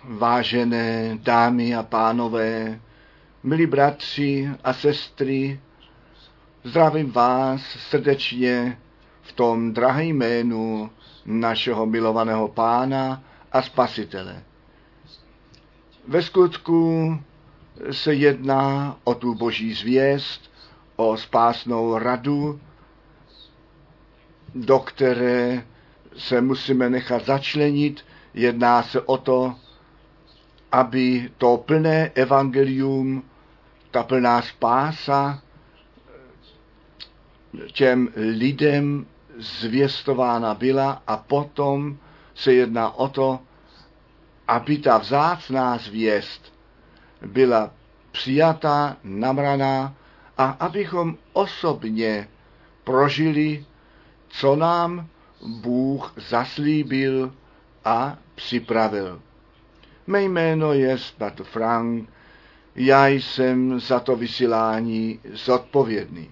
Vážené dámy a pánové, milí bratři a sestry, zdravím vás srdečně v tom drahém jménu našeho milovaného Pána a Spasitele. Ve skutku se jedná o tu boží zvěst, o spásnou radu, do které se musíme nechat začlenit. Jedná se o to, aby to plné evangelium, ta plná spása těm lidem zvěstována byla, a potom se jedná o to, aby ta vzácná zvěst byla přijata, namraná a abychom osobně prožili, co nám Bůh zaslíbil a připravil. Mé jméno je bratr Frank, já jsem za to vysílání zodpovědný.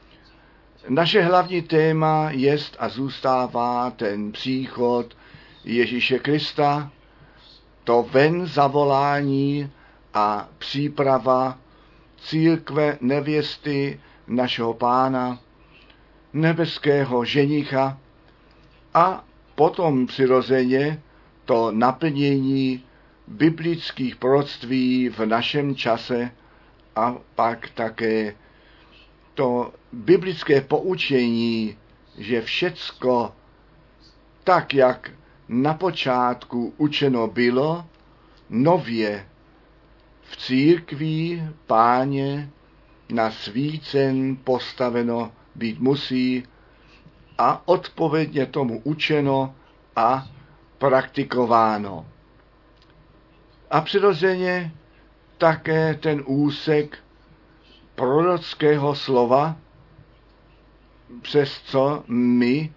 Naše hlavní téma jest a zůstává ten příchod Ježíše Krista, to ven zavolání a příprava církve nevěsty našeho Pána, nebeského ženicha, a potom přirozeně to naplnění biblických proroctví v našem čase a pak také to biblické poučení, že všecko tak, jak na počátku učeno bylo, nově v církvi Páně na svícen postaveno být musí a odpovědně tomu učeno a praktikováno. A přirozeně také ten úsek prorockého slova, přes co my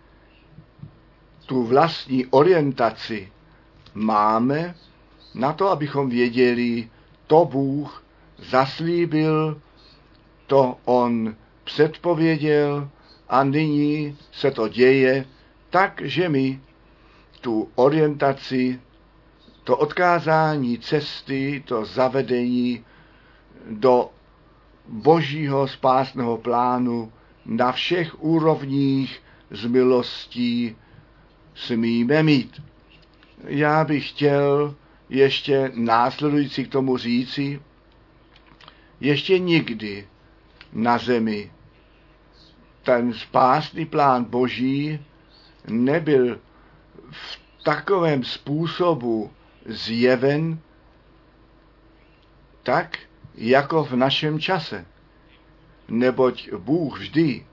tu vlastní orientaci máme na to, abychom věděli, to Bůh zaslíbil, to on předpověděl a nyní se to děje, takže my tu orientaci, to odkázání cesty, to zavedení do božího spásného plánu na všech úrovních z milostí smíme mít. Já bych chtěl ještě následující k tomu říci, ještě nikdy na zemi ten spásný plán boží nebyl v takovém způsobu zjeven, tak jako v našem čase. Neboť Bůh vždy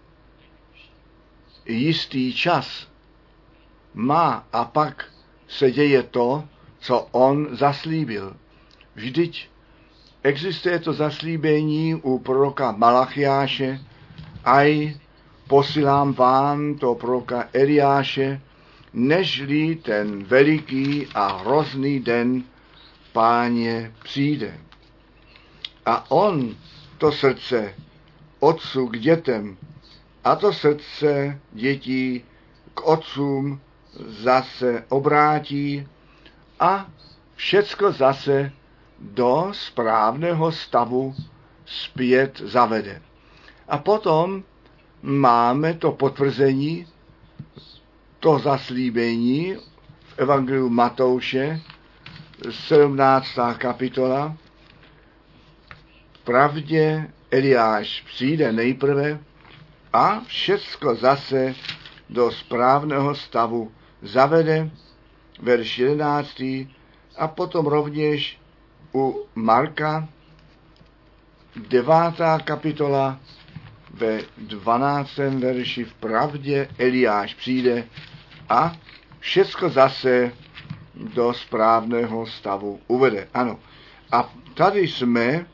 jistý čas má a pak se děje to, co on zaslíbil. Vždyť existuje to zaslíbení u proroka Malachiáše, aj posílám vám to proroka Eliáše, nežli ten veliký a hrozný den Páně přijde. A on to srdce otců k dětem a to srdce dětí k otcům zase obrátí a všecko zase do správného stavu zpět zavede. A potom máme to potvrzení, to zaslíbení v Evangeliu Matouše, 17. kapitola. Pravdě Eliáš přijde nejprve a všecko zase do správného stavu zavede, verš 11. A potom rovněž u Marka, 9. kapitola, ve 12. verši, v pravdě Eliáš přijde a všecko zase do správného stavu uvede. Ano. A tady jsme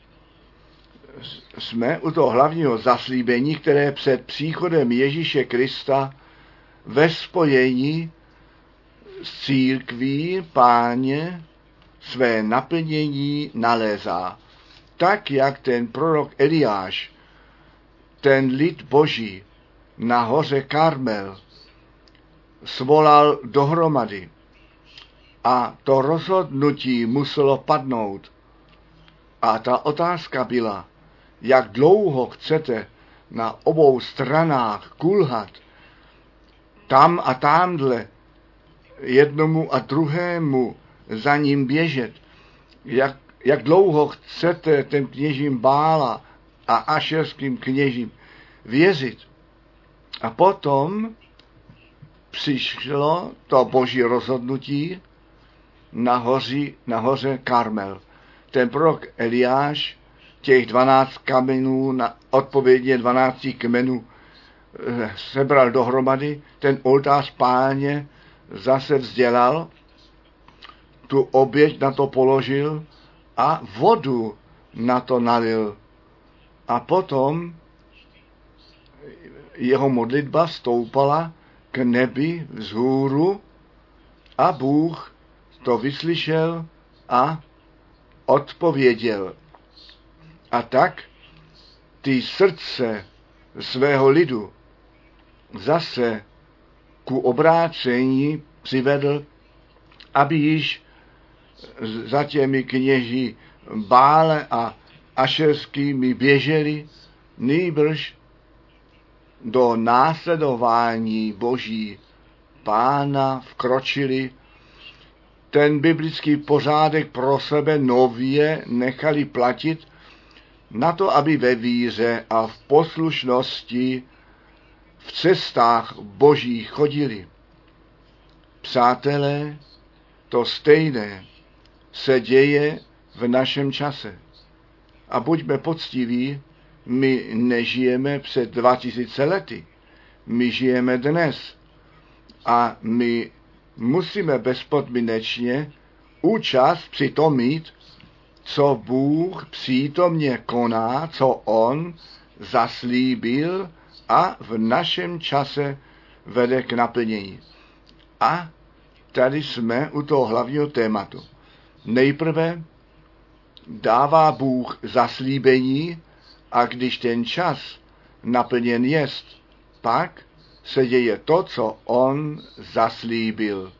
u toho hlavního zaslíbení, které před příchodem Ježíše Krista ve spojení s církví Páně své naplnění nalézá. Tak, jak ten prorok Eliáš, ten lid boží na hoře Karmel svolal dohromady A to rozhodnutí muselo padnout. A ta otázka byla, jak dlouho chcete na obou stranách kulhat, tam a tamhle, jednomu a druhému za ním běžet, jak dlouho chcete těm kněžím Bála a ašerským kněžím věřit. A potom přišlo to boží rozhodnutí na hoře Karmel. Ten prorok Eliáš těch 12 kamenů, odpovědně 12 kmenů sebral dohromady, ten oltář Páně zase vzdělal, tu oběť na to položil a vodu na to nalil. A potom jeho modlitba stoupala k nebi vzhůru a Bůh to vyslyšel a odpověděl. A tak ty srdce svého lidu zase ku obrácení přivedl, aby již za těmi kněži Bále a ašerskými běželi, nýbrž do následování Boží Pána vkročili, ten biblický pořádek pro sebe nově nechali platit, na to, aby ve víře a v poslušnosti v cestách Božích chodili. Přátelé, to stejné se děje v našem čase. A buďme poctiví, my nežijeme před 2000 lety, my žijeme dnes a my musíme bezpodmínečně účast při tom mít, co Bůh přítomně koná, co On zaslíbil a v našem čase vede k naplnění. A tady jsme u toho hlavního tématu. Nejprve dává Bůh zaslíbení a když ten čas naplněn jest, pak se děje to, co On zaslíbil.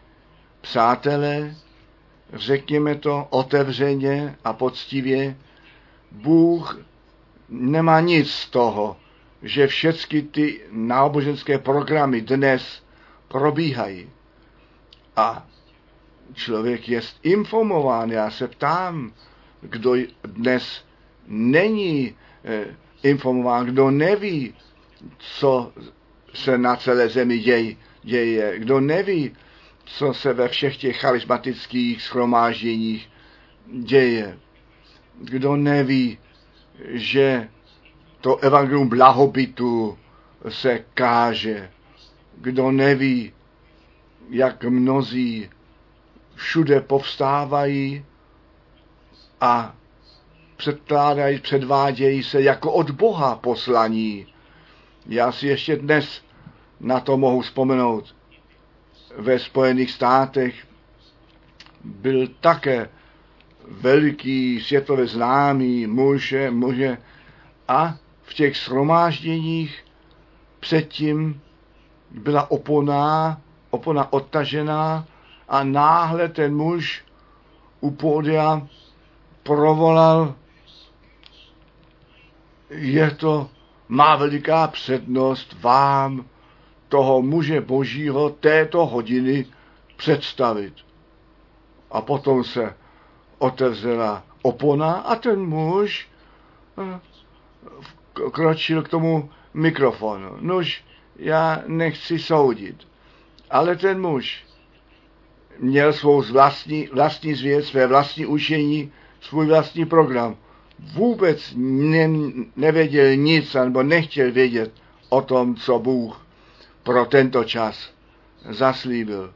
Přátelé, řekněme to otevřeně a poctivě, Bůh nemá nic z toho, že všechny ty náboženské programy dnes probíhají. A člověk je informován, já se ptám, kdo dnes není informován, kdo neví, co se na celé zemi děje, kdo neví, co se ve všech těch charismatických shromážděních děje, kdo neví, že to evangelium blahobytu se káže, kdo neví, jak mnozí všude povstávají a předvádějí se jako od Boha poslaní. Já si ještě dnes na to mohu vzpomenout. Ve Spojených státech byl také veliký světově známý muže a v těch shromážděních předtím byla opona odtažená a náhle ten muž u pódia provolal, má veliká přednost vám, toho muže Božího, této hodiny představit. A potom se otevřela opona a ten muž kročil k tomu mikrofonu. Nož, já nechci soudit, ale ten muž měl svou vlastní zvěst, své vlastní učení, svůj vlastní program. Vůbec nevěděl nic, nebo nechtěl vědět o tom, co Bůh pro tento čas zaslíbil.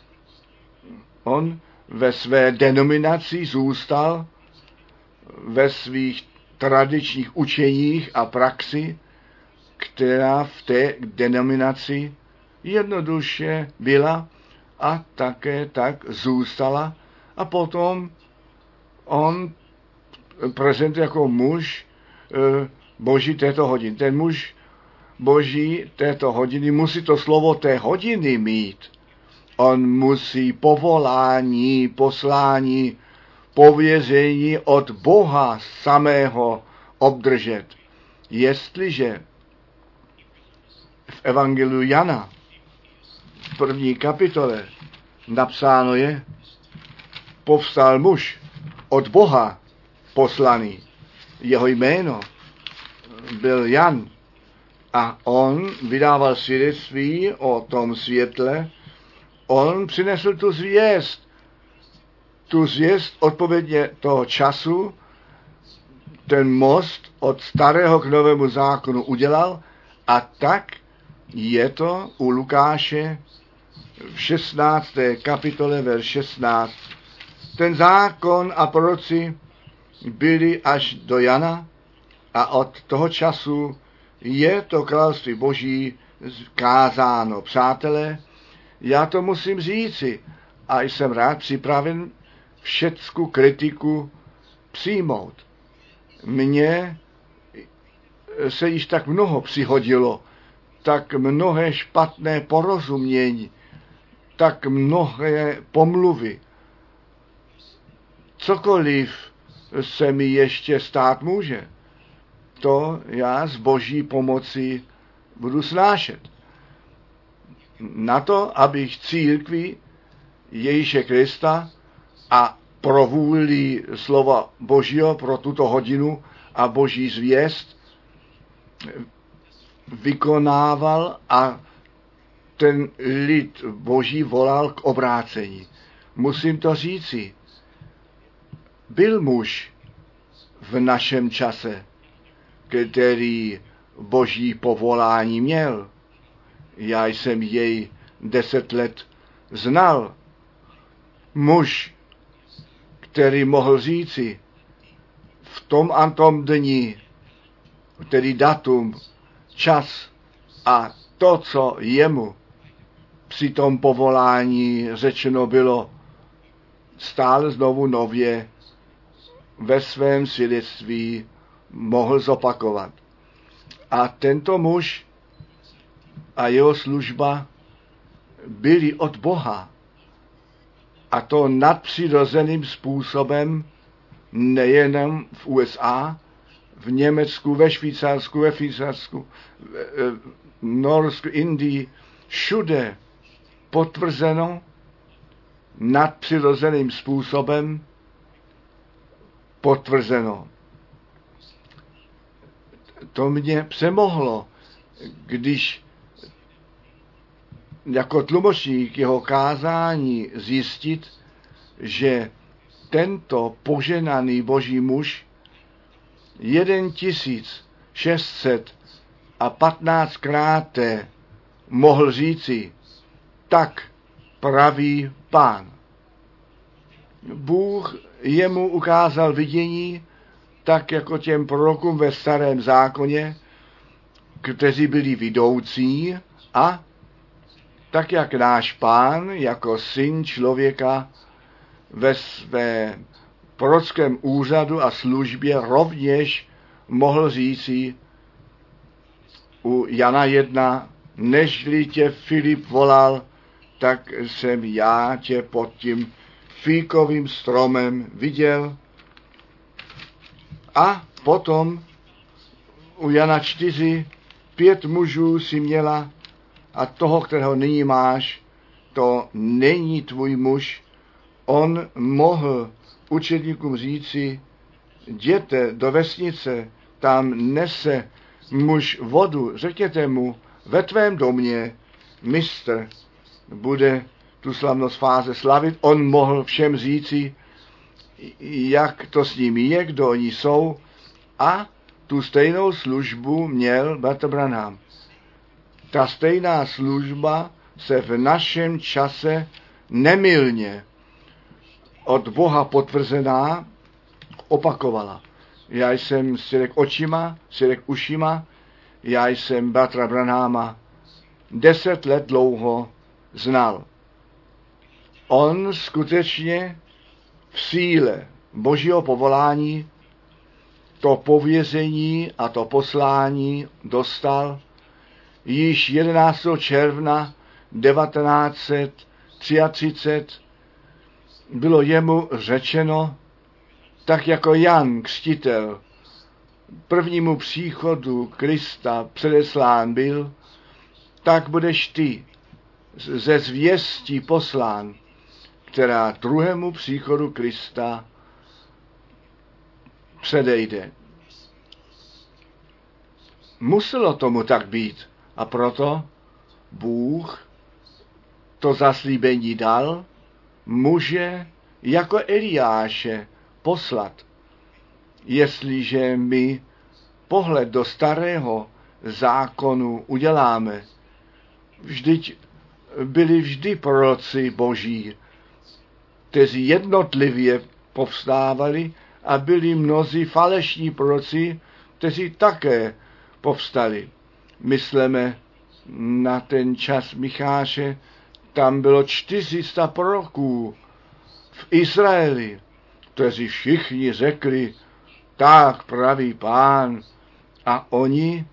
On ve své denominaci zůstal, ve svých tradičních učeních a praxi, která v té denominaci jednoduše byla a také tak zůstala. A potom on prezentuje jako muž Boží této hodiny. Ten muž Boží této hodiny musí to slovo té hodiny mít. On musí povolání, poslání, pověření od Boha samého obdržet. Jestliže v Evangeliu Jana v 1. kapitole napsáno je, povstal muž od Boha poslaný. Jeho jméno byl Jan a on vydával svědectví o tom světle. On přinesl tu zvěst odpovědně toho času, ten most od starého k novému zákonu udělal a tak je to u Lukáše v 16. kapitole verš 16. Ten zákon a proroci byli až do Jana a od toho času je to království Boží kázáno. Přátelé, já to musím říci a jsem rád připraven všecku kritiku přijmout. Mně se již tak mnoho přihodilo, tak mnohé špatné porozumění, tak mnohé pomluvy. Cokoliv se mi ještě stát může, to já s Boží pomocí budu snášet. Na to, abych církvi Ježíše Krista a pro vůli slova Božího pro tuto hodinu a Boží zvěst vykonával a ten lid Boží volal k obrácení. Musím to říci. Byl muž v našem čase, který Boží povolání měl. Já jsem jej 10 let znal. Muž, který mohl říci v tom a tom dni, tedy datum, čas a to, co jemu při tom povolání řečeno bylo, stále znovu nově ve svém svědectví mohl zopakovat. A tento muž a jeho služba byli od Boha. A to nadpřirozeným způsobem nejenom v USA, v Německu, ve Švýcarsku, ve Finsku, v Norsku, Indii, všude potvrzeno nadpřirozeným způsobem potvrzeno. To mě přemohlo, když jako tlumočník jeho kázání zjistit, že tento poženaný Boží muž 1615krát mohl říci, tak praví Pán. Bůh jemu ukázal vidění, tak jako těm prorokům ve Starém zákoně, kteří byli vidoucí, a tak jak náš Pán jako syn člověka ve své prorockém úřadu a službě rovněž mohl říci u Jana 1, nežli tě Filip volal, tak jsem já tě pod tím fíkovým stromem viděl. A potom u Jana 4, 5 mužů si měla a toho, kterého nyní máš, to není tvůj muž. On mohl učedníkům říci, jděte do vesnice, tam nese muž vodu, řekněte mu, ve tvém domě mistr bude tu slavnost fáze slavit. On mohl všem říci, jak to s nimi je, kdo oni jsou, a tu stejnou službu měl bratr Branham. Ta stejná služba se v našem čase nemylně od Boha potvrzená opakovala. Já jsem svědek očima, svědek ušima, já jsem bratra Branhama 10 let dlouho znal. On skutečně v síle Božího povolání to pověření a to poslání dostal již 11. června 1933 33 bylo jemu řečeno, tak jako Jan Křtitel prvnímu příchodu Krista předeslán byl, tak budeš ty ze zvěstí poslán, která druhému příchodu Krista předejde. Muselo tomu tak být a proto Bůh to zaslíbení dal, může jako Eliáše poslat. Jestliže my pohled do starého zákonu uděláme, vždyť byli vždy proroci boží, kteří jednotlivě povstávali a byli mnozí falešní proroci, kteří také povstali. Myslíme na ten čas Micháše, tam bylo 400 proroků v Izraeli, kteří všichni řekli, tak praví Pán, a oni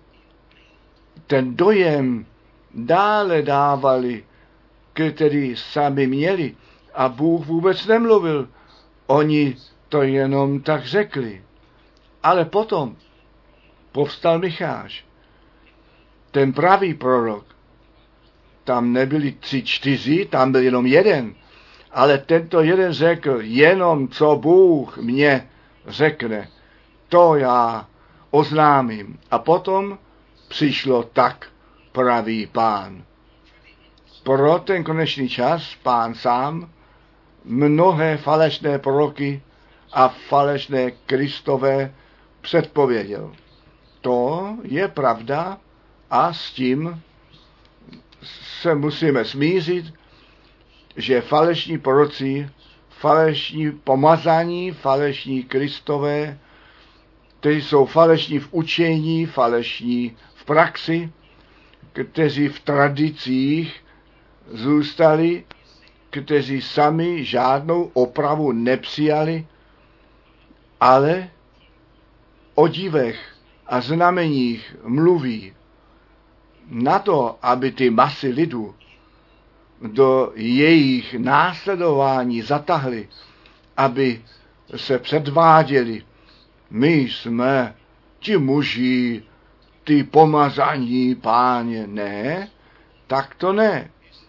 ten dojem dále dávali, který sami měli, a Bůh vůbec nemluvil. Oni to jenom tak řekli. Ale potom povstal Micháš, ten pravý prorok. Tam nebyli 3, 4, tam byl jenom jeden. Ale tento jeden řekl, jenom co Bůh mě řekne, to já oznámím. A potom přišlo tak pravý Pán. Pro ten konečný čas Pán sám mnohé falešné proroky a falešné Kristové předpověděl. To je pravda a s tím se musíme smířit, že falešní proroci, falešní pomazaní, falešní Kristové, kteří jsou falešní v učení, falešní v praxi, kteří v tradicích zůstali, kteří sami žádnou opravu nepřijali, ale o divech a znameních mluví na to, aby ty masy lidu do jejich následování zatahli, aby se předváděli. My jsme ti muži, ty pomazaní Páně. Ne, tak to ne.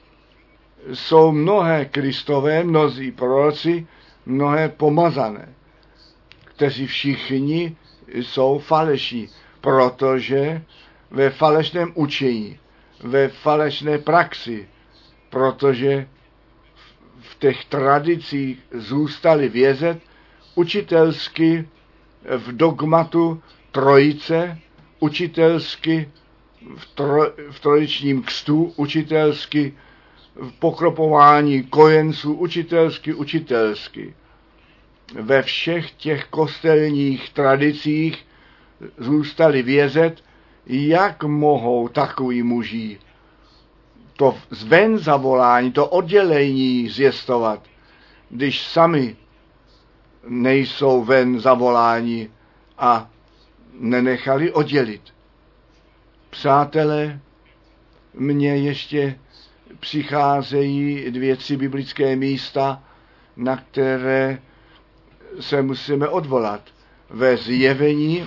Jsou mnohé Kristové, mnozí proroci, mnohé pomazané, kteří všichni jsou falešní, protože ve falešném učení, ve falešné praxi, protože v těch tradicích zůstali vězet učitelsky v dogmatu trojice, učitelsky v trojičním křtu, učitelsky v pokropování kojenců, učitelsky. Ve všech těch kostelních tradicích zůstali vězet, jak mohou takoví muži to zven zavolání, to oddělení zjistovat, když sami nejsou ven zavolání a nenechali oddělit. Přátelé, mně ještě přicházejí 2, 3 biblické místa, na které se musíme odvolat. Ve Zjevení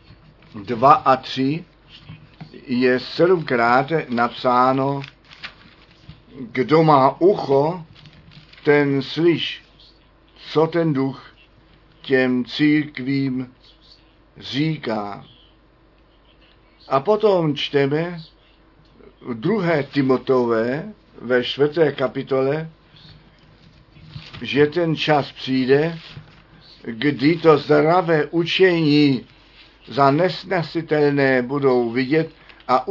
2 a 3 je 7krát napsáno, kdo má ucho, ten slyš, co ten duch těm církvím říká. A potom čteme v 2. Timotové ve 4. kapitole, že ten čas přijde, kdy to zdravé učení za nesnesitelné budou vidět a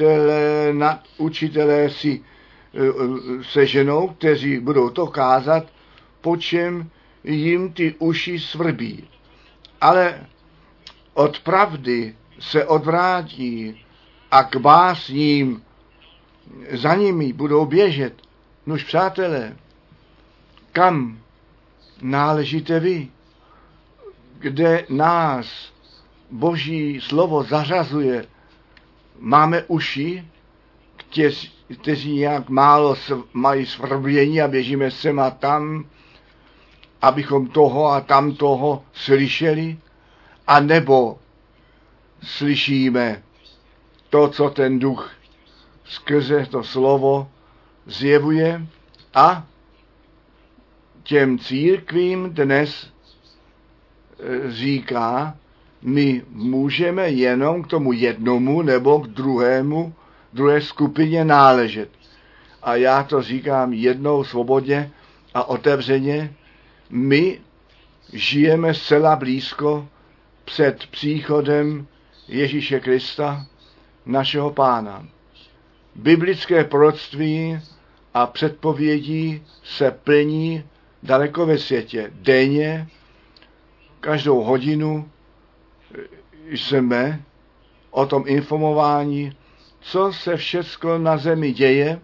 učitelé si seženou, kteří budou to kázat, po čem jim ty uši svrbí. Ale od pravdy se odvrátí a k básním za nimi budou běžet. Nož přátelé, kam náležíte vy? Kde nás Boží slovo zařazuje? Máme uši, kteří nějak málo mají svrbění a běžíme sem a tam, abychom toho a tamtoho slyšeli, a nebo slyšíme to, co ten duch skrze to slovo zjevuje a těm církvím dnes říká, my můžeme jenom k tomu jednomu nebo k druhé skupině náležet. A já to říkám jednou svobodně a otevřeně, my žijeme zcela blízko před příchodem Ježíše Krista, našeho Pána. Biblické proroctví a předpovědi se plní daleko ve světě. Denně, každou hodinu jsme o tom informováni, co se všecko na zemi děje,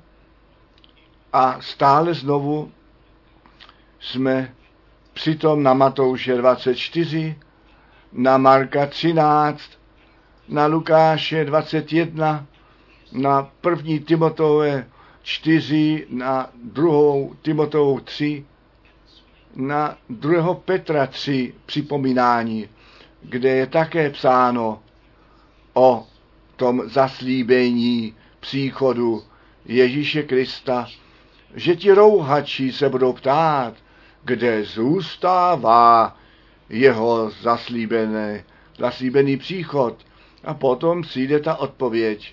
a stále znovu jsme přitom na Matouše 24, na Marka 13, na Lukáše 21, na 1. Timoteové 4, na 2. Timoteovu 3, na 2. Petra 3 připomínání, kde je také psáno o tom zaslíbení příchodu Ježíše Krista, že ti rouhači se budou ptát, kde zůstává jeho zaslíbený příchod. A potom přijde ta odpověď.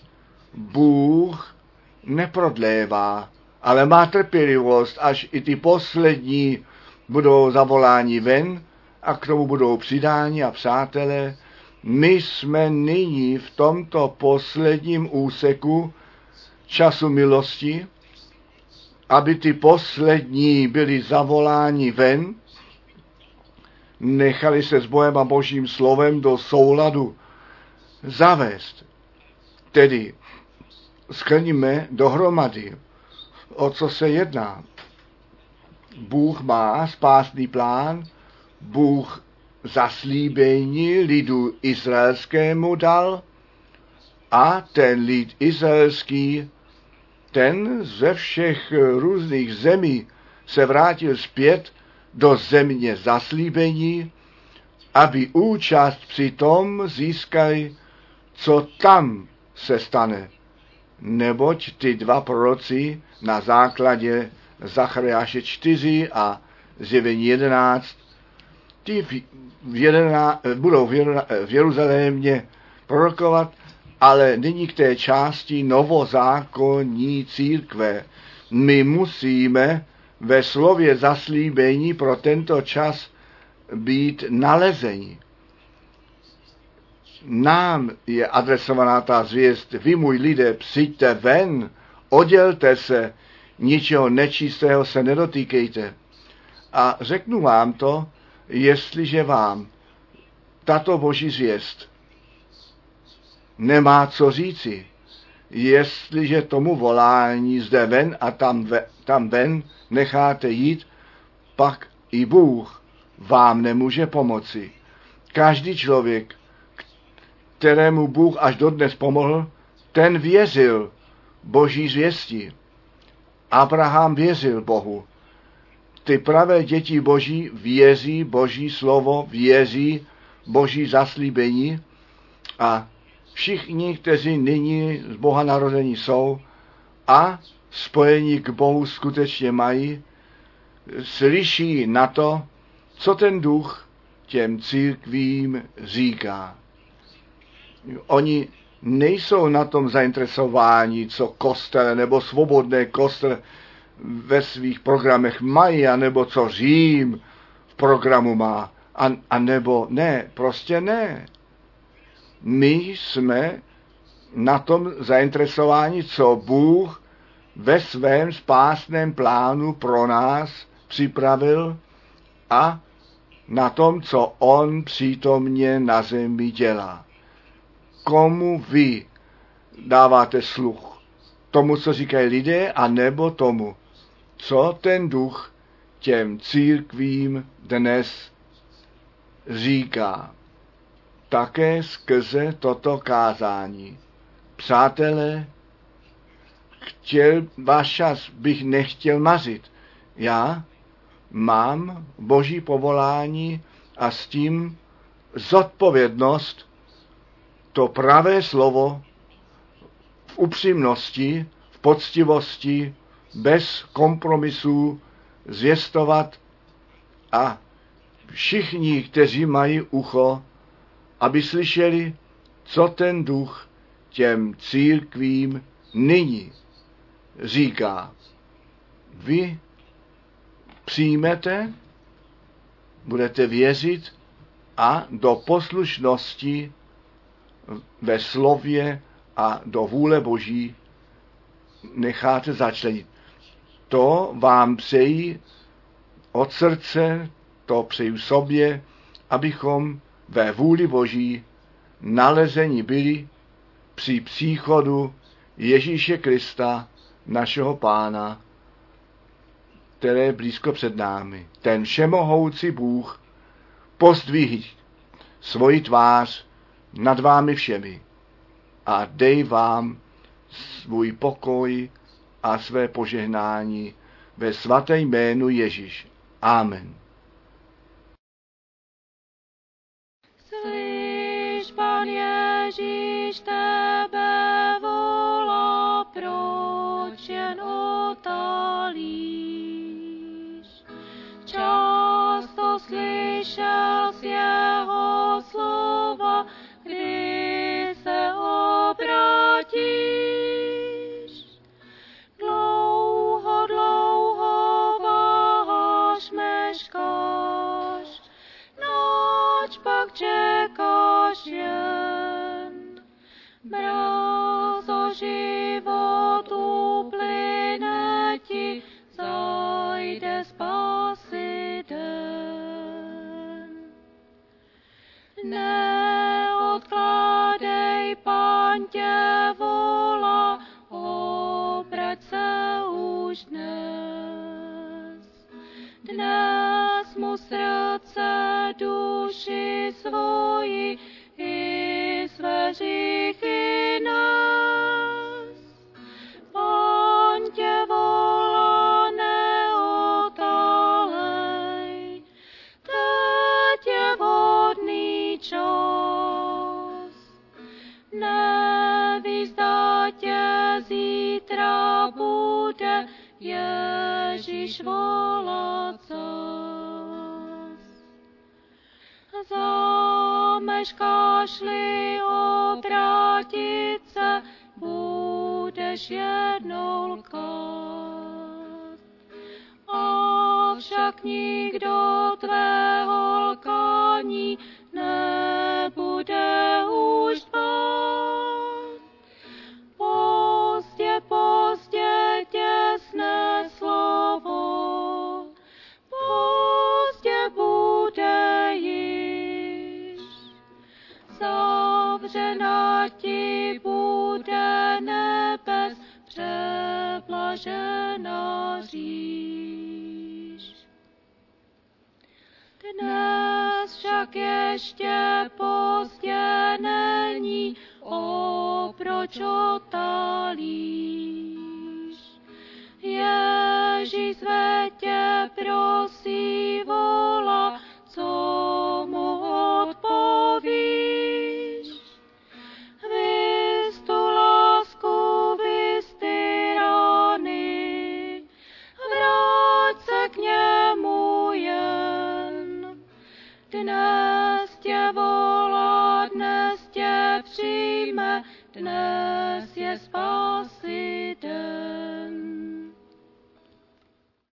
Bůh neprodlévá, ale má trpělivost, až i ty poslední budou zavoláni ven a k tomu budou přidáni. A přátelé, my jsme nyní v tomto posledním úseku času milosti, aby ty poslední byli zavoláni ven, nechali se s Bohem a Božím slovem do souladu zavést. Tedy shrníme dohromady, o co se jedná. Bůh má spásný plán, Bůh zaslíbení lidu izraelskému dal a ten lid izraelský, ten ze všech různých zemí se vrátil zpět do země zaslíbení, aby účast při tom získali, co tam se stane. Neboť ty dva proroci na základě Zachariáše 4 a Zjevení 11, ty budou v Jeruzalémě prorokovat, ale nyní k té části novozákonní církve. My musíme ve slově zaslíbení pro tento čas být nalezeni. Nám je adresovaná ta zvěst: vy, můj lidé, přijďte ven, oddělte se, ničeho nečistého se nedotýkejte. A řeknu vám to, jestliže vám tato boží zvěst nemá co říci, jestliže tomu volání zde ven a tam ven necháte jít, pak i Bůh vám nemůže pomoci. Každý člověk, kterému Bůh až dodnes pomohl, ten věřil boží zvěsti. Abraham věřil Bohu. Ty pravé děti boží věří boží slovo, věří boží zaslíbení, a všichni, kteří nyní z Boha narození jsou a spojení k Bohu skutečně mají, slyší na to, co ten duch těm církvím říká. Oni nejsou na tom zainteresováni, co kostele nebo svobodné kostele ve svých programech mají, anebo co Řím v programu má, a nebo ne, prostě ne. My jsme na tom zainteresováni, co Bůh ve svém spásném plánu pro nás připravil, a na tom, co on přítomně na zemi dělá. Komu vy dáváte sluch? Tomu, co říkají lidé, anebo tomu, co ten duch těm církvím dnes říká? Také skrze toto kázání. Přátelé, váš čas bych nechtěl mařit. Já mám Boží povolání a s tím zodpovědnost to pravé slovo v upřímnosti, v poctivosti, bez kompromisů zvěstovat a všichni, kteří mají ucho, aby slyšeli, co ten duch těm církvím nyní říká. Vy přijmete, budete věřit a do poslušnosti ve slově a do vůle Boží necháte začlenit. To vám přeji od srdce, to přeju sobě, abychom ve vůli Boží nalezeni byli při příchodu Ježíše Krista, našeho Pána, které je blízko před námi. Ten všemohoucí Bůh pozdvihl svoji tvář nad vámi všemi a dej vám svůj pokoj a své požehnání ve svaté jménu Ježíš. Amen. Slyš, Pán Ježíš, tebe volá, proč jen otálíš? Často slyšel z jeho slova, kdy se obrátíš. Dlouho váháš, meškáš, noč pak čekáš jen. Brzo život uplyne ti, zajde spásy den. Neodkládej, Pán tě volá, obrať se už dnes. Dnes mu srdce, duši svoji i své hříchy nes. Pán tě volá, neotálej, teď je vhodný čas. Nevíš, zda tě zítra bude Ježíš volat zas. Zameškáš-li obrátit se, budeš jednou lkát. Avšak nikdo tvého lkání nebude už dbát. Pozdě těsné slovo, pozdě bude již. Zavřena ti bude nebes, přeblažena říš. Dnes však ještě pozdě není, proč otálíš? Ježíš své tě prosí, volá, co mu odpovíš? Vys tu lásku, vys ty rany, vrať se k němu jen. Dnes tě volá, dnes tě přijme, dnes je spásy